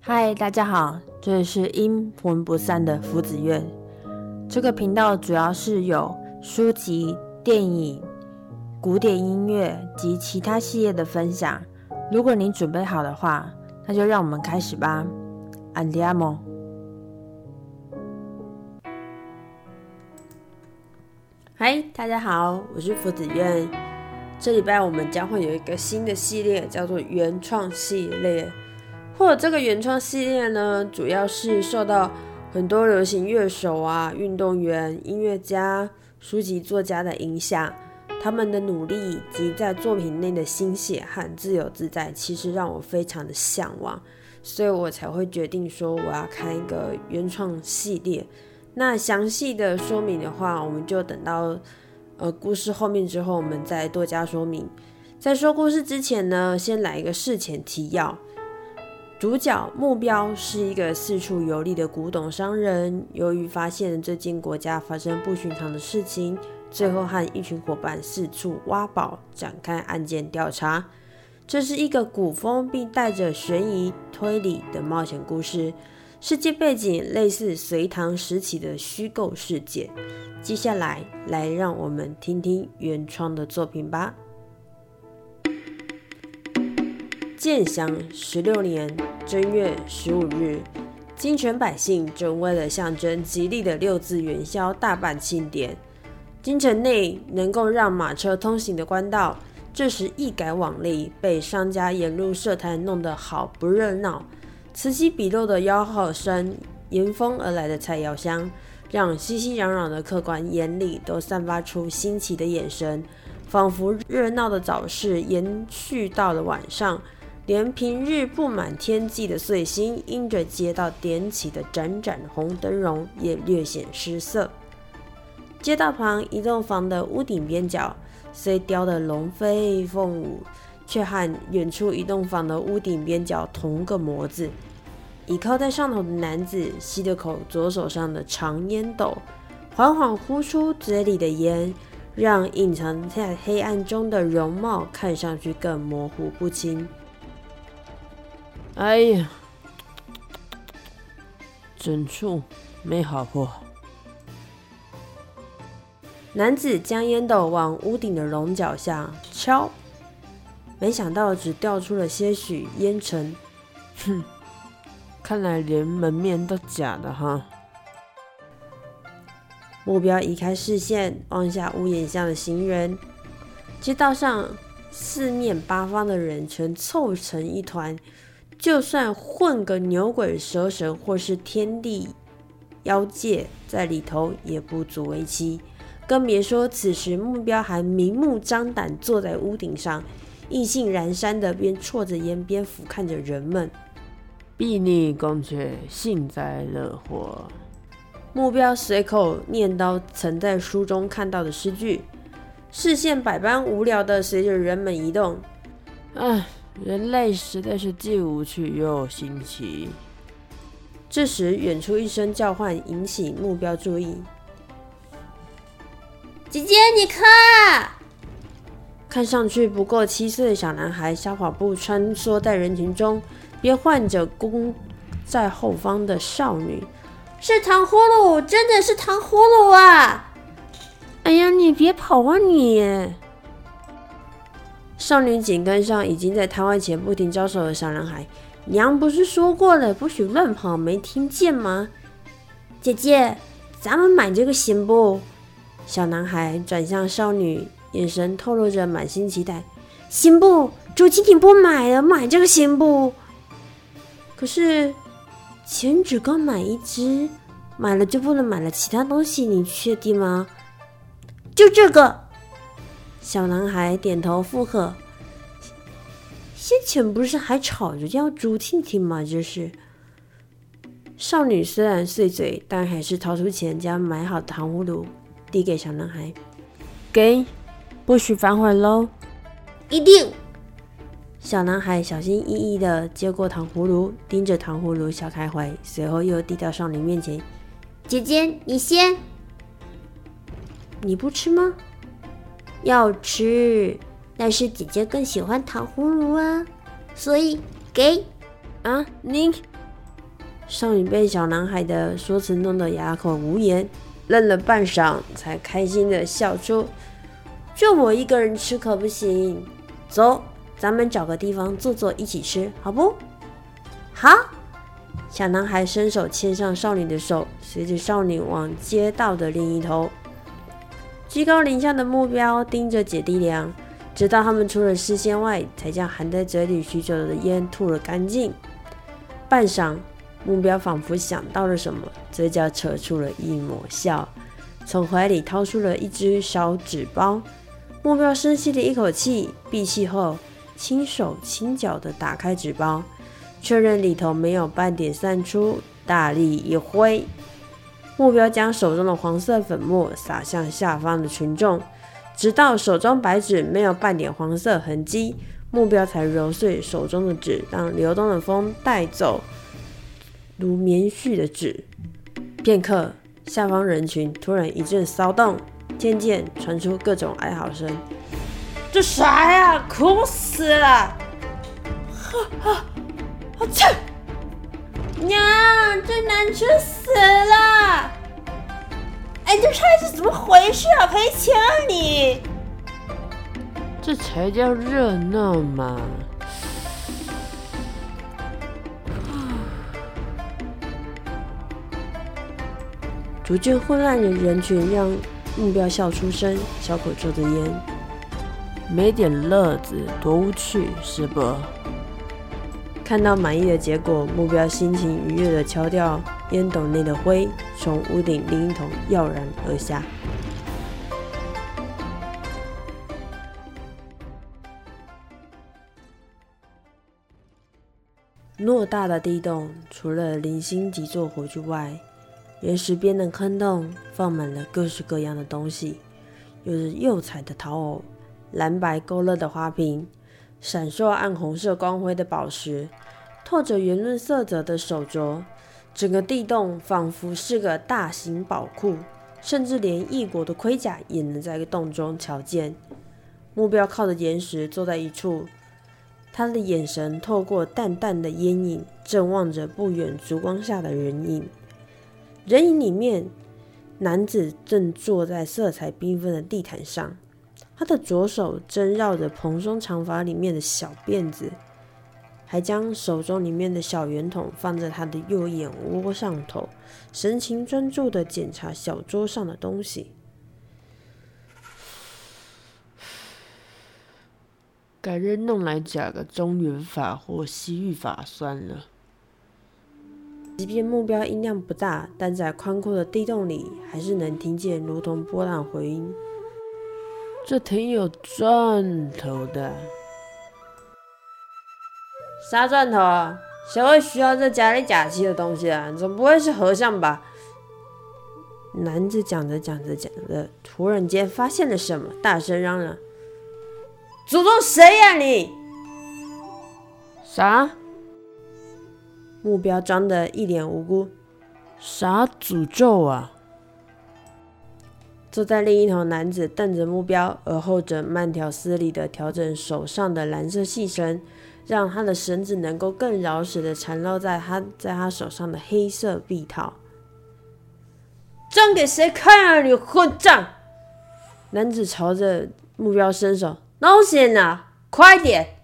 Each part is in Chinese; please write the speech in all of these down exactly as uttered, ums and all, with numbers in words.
嗨，大家好，这里是阴魂不散的福子院。这个频道主要是有书籍、电影、古典音乐及其他系列的分享。如果你准备好的话，那就让我们开始吧。Andiamo。嗨，大家好，我是福子院。这礼拜我们将会有一个新的系列，叫做原创系列。或者这个原创系列呢，主要是受到很多流行乐手啊、运动员、音乐家、书籍作家的影响，他们的努力及在作品内的心血和自由自在，其实让我非常的向往，所以我才会决定说我要开一个原创系列。那详细的说明的话，我们就等到呃故事后面之后，我们再多加说明。在说故事之前呢，先来一个事前提要。主角目标是一个四处游历的古董商人，由于发现最近国家发生不寻常的事情，最后和一群伙伴四处挖宝，展开案件调查。这是一个古风并带着悬疑推理的冒险故事，世界背景类似隋唐时期的虚构世界。接下来，来让我们听听原创的作品吧。建祥十六年正月十五日，京城百姓正为了象征吉利的六字元宵大办庆典。京城内能够让马车通行的官道，这时一改往例，被商家沿路设摊，弄得好不热闹。此起彼落的吆喝声，迎风而来的菜肴香，让熙熙攘攘的客官眼里都散发出新奇的眼神，仿佛热闹的早市延续到了晚上。连平日布满天际的碎星，因着街道点起的盏盏红灯笼，也略显失色。街道旁一栋房的屋顶边角，虽雕得龙飞凤舞，却和远处一栋房的屋顶边角同个模子。倚靠在上头的男子吸着口左手上的长烟斗，缓缓呼出嘴里的烟，让隐藏在黑暗中的容貌看上去更模糊不清。哎呀，整处没好货。男子将烟斗往屋顶的龙角下敲，没想到只掉出了些许烟尘。哼，看来连门面都假的哈。目标移开视线，望下屋檐下的行人。街道上四面八方的人全凑成一团。就算混个牛鬼蛇神或是天地妖界在里头，也不足为奇。更别说此时目标还明目张胆坐在屋顶上，意兴阑珊的边啜着烟边俯瞰着人们。睥睨宫阙，幸灾乐祸。目标随口念叨曾在书中看到的诗句，视线百般无聊的随着人们移动。唉。人类实在是既无趣又新奇。这时，远处一声叫唤引起目标注意：“姐姐，你看！”看上去不过七岁的小男孩小跑步穿梭在人群中，边唤着跟在后方的少女：“是糖葫芦，真的是糖葫芦啊！”哎呀，你别跑啊你！少女紧跟上已经在摊位前不停招手的小男孩，娘不是说过了不许乱跑，没听见吗？姐姐，咱们买这个行不？小男孩转向少女，眼神透露着满心期待。行不？竹蜻蜓不买了，买这个行不？可是钱只够买一只，买了就不能买了其他东西，你确定吗？就这个。小男孩点头附和。先前不是还吵着要竹蜻蜓吗？这是。少女虽然碎嘴，但还是掏出钱将买好的糖葫芦递给小男孩。给，不许反悔咯。一定。小男孩小心翼翼地接过糖葫芦，盯着糖葫芦笑开怀，随后又递到少女面前。姐姐，你先。你不吃吗？要吃，但是姐姐更喜欢糖葫芦啊，所以给。啊，您少女被小男孩的说辞弄得哑口无言，愣了半晌，才开心的笑出：“就我一个人吃可不行，走，咱们找个地方坐坐，一起吃，好不？”“好。”小男孩伸手牵上少女的手，随着少女往街道的另一头。居高临下的目标盯着姐弟俩，直到他们出了视线外，才将含在嘴里许久的烟吐了干净。半晌，目标仿佛想到了什么，嘴角扯出了一抹笑，从怀里掏出了一只小纸包。目标深吸了一口气，闭气后轻手轻脚地打开纸包，确认里头没有半点散出，大力一挥，目标将手中的黄色粉末洒向下方的群众，直到手中白纸没有半点黄色痕迹，目标才揉碎手中的纸，让流动的风带走如棉絮的纸。片刻，下方人群突然一阵骚动，渐渐传出各种哀嚎声：“这啥呀，苦死了！啊啊啊！切！娘，这难吃死了！哎，这菜是怎么回事啊？赔钱啊你！ 这才叫热闹嘛！” 逐渐混乱的人群让目标笑出声，小口抽着烟。 没点乐子，多无趣，是不？ 看到满意的结果，目标心情愉悦地敲掉烟斗内的灰，从屋顶另一头跃然而下。偌大的地洞，除了零星几座火炬外，岩石边的坑洞放满了各式各样的东西，有着釉彩的陶偶、蓝白勾勒的花瓶、闪烁暗红色光辉的宝石、透着圆润色泽的手镯。整个地洞仿佛是个大型宝库，甚至连异国的盔甲也能在洞中瞧见。目标靠着岩石坐在一处，他的眼神透过淡淡的烟影，正望着不远烛光下的人影。人影里面，男子正坐在色彩缤纷的地毯上，他的左手正绕着蓬松长发里面的小辫子，还将手中里面的小圆筒放在他的右眼窝上头，神情专注地检查小桌上的东西。 改日弄来假个中原法或西域法算了。 即便目标音量不大，但在宽阔的地洞里，还是能听见如同波浪回音。 这挺有赚头的。 啥赚头啊？谁会需要这假里假气的东西啊？总不会是和尚吧？男子讲着讲着讲着，突然间发现了什么，大声嚷嚷：“诅咒谁呀、啊、你？” 啥？ 目标装得一脸无辜。 啥诅咒啊？ 坐在另一头男子瞪着目标，而后者慢条斯理地调整手上的蓝色细绳，让他的绳子能够更饶实地缠绕在他在他手上的黑色臂套。装给谁看啊，你混账！男子朝着目标伸手，东西呢？快点！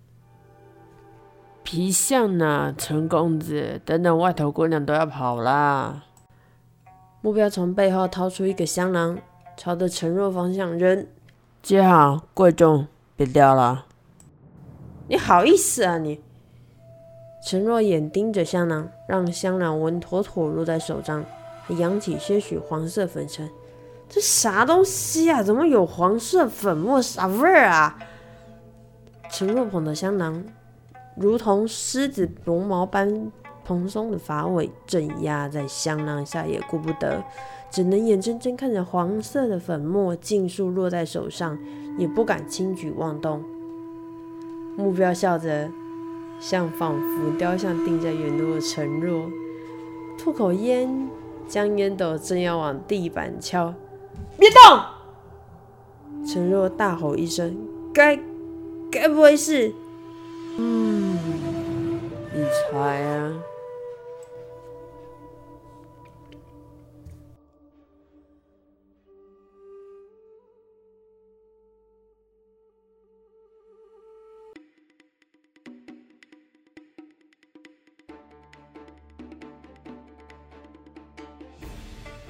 皮相呢，陈公子，等等外头姑娘都要跑啦。 目标从背后掏出一个香囊，朝着陈若方向扔。 接好，贵重，别掉了。 你好意思啊你！陈若眼盯着香囊，让香囊稳妥妥落在手上，还扬起些许黄色粉尘。这啥东西啊？怎么有黄色粉末？啥味儿啊？陈若捧的香囊，如同狮子绒毛般蓬松的发尾，正压在香囊下，也顾不得，只能眼睁睁看着黄色的粉末尽数落在手上，也不敢轻举妄动。目标笑着，像仿佛雕像定在原路的陈若，吐口烟，将烟斗正要往地板敲，别动！陈若大吼一声：“该该不会是…… 嗯，你猜啊？”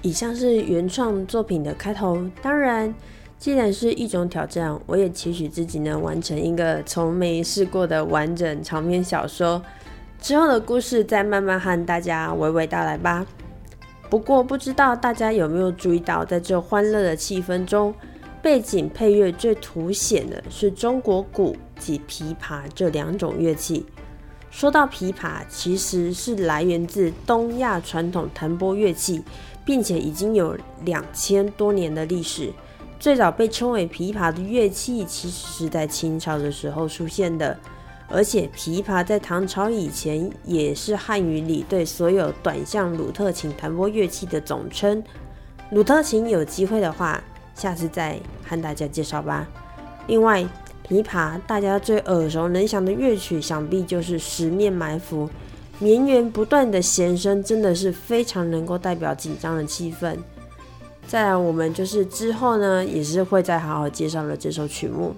以上是原创作品的开头，当然既然是一种挑战，我也期许自己能完成一个从没试过的完整长篇小说，之后的故事再慢慢和大家娓娓道来吧。不过不知道大家有没有注意到，在这欢乐的气氛中，背景配乐最凸显的是中国鼓及琵琶这两种乐器。说到琵琶，其实是来源自东亚传统弹拨乐器，并且已经有两千多年的历史。最早被称为琵琶的乐器，其实是在清朝的时候出现的，而且琵琶在唐朝以前也是汉语里对所有短项鲁特琴弹拨乐器的总称。鲁特琴有机会的话，下次再和大家介绍吧。另外，琵琶大家最耳熟能详的乐曲，想必就是《十面埋伏》，绵延不断的弦声真的是非常能够代表紧张的气氛。再来，我们就是之后呢，也是会再好好介绍了这首曲目。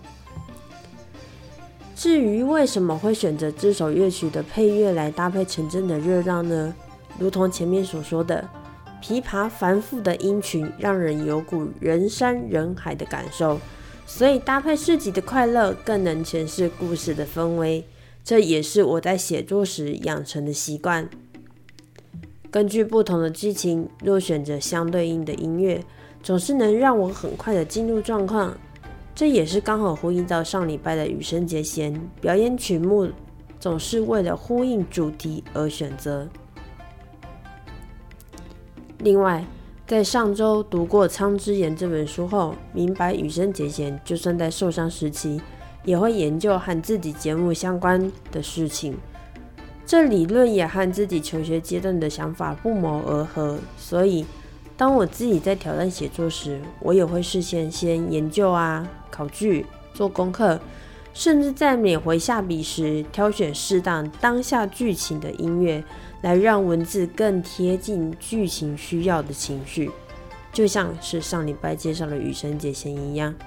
至于为什么会选择这首乐曲的配乐来搭配陈真的热闹呢？如同前面所说的，琵琶繁复的音群让人有股人山人海的感受，所以搭配市集的快乐更能诠释故事的氛围，这也是我在写作时养成的习惯。根据不同的剧情，若选择相对应的音乐，总是能让我很快的进入状况。这也是刚好呼应到上礼拜的羽生结弦，表演曲目总是为了呼应主题而选择。另外，在上周读过《苍之言》这本书后，明白羽生结弦就算在受伤时期，也会研究和自己节目相关的事情。这理论也和自己求学阶段的想法不谋而合，所以当我自己在挑战写作时，我也会事先先研究啊、考据、做功课，甚至在每回下笔时挑选适当当下剧情的音乐，来让文字更贴近剧情需要的情绪，就像是上礼拜介绍的羽生结弦一样。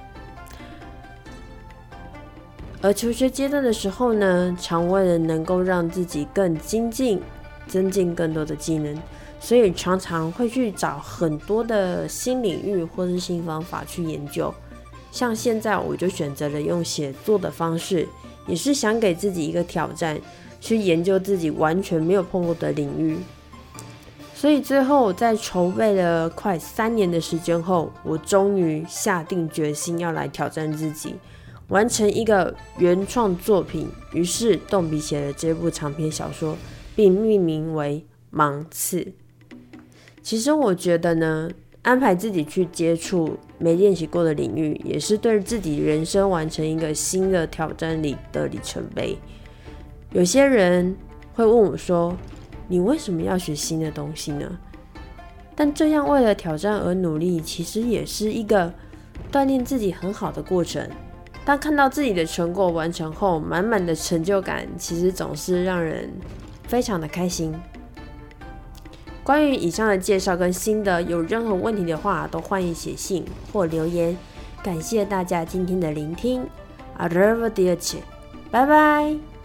而求学阶段的时候呢，常为了能够让自己更精进，增进更多的技能，所以常常会去找很多的新领域或是新方法去研究。像现在我就选择了用写作的方式，也是想给自己一个挑战，去研究自己完全没有碰过的领域。所以最后在筹备了快三年的时间后，我终于下定决心要来挑战自己，完成一个原创作品。于是动笔写了这部长篇小说，并命名为《芒刺》。其实我觉得呢，安排自己去接触没练习过的领域，也是对自己人生完成一个新的挑战里的里程碑。有些人会问我说，你为什么要学新的东西呢？但这样为了挑战而努力，其实也是一个锻炼自己很好的过程。当看到自己的成果完成后，满满的成就感，其实总是让人非常的开心。关于以上的介绍跟心得，有任何问题的话，都欢迎写信或留言。感谢大家今天的聆听，arrivederci，拜拜。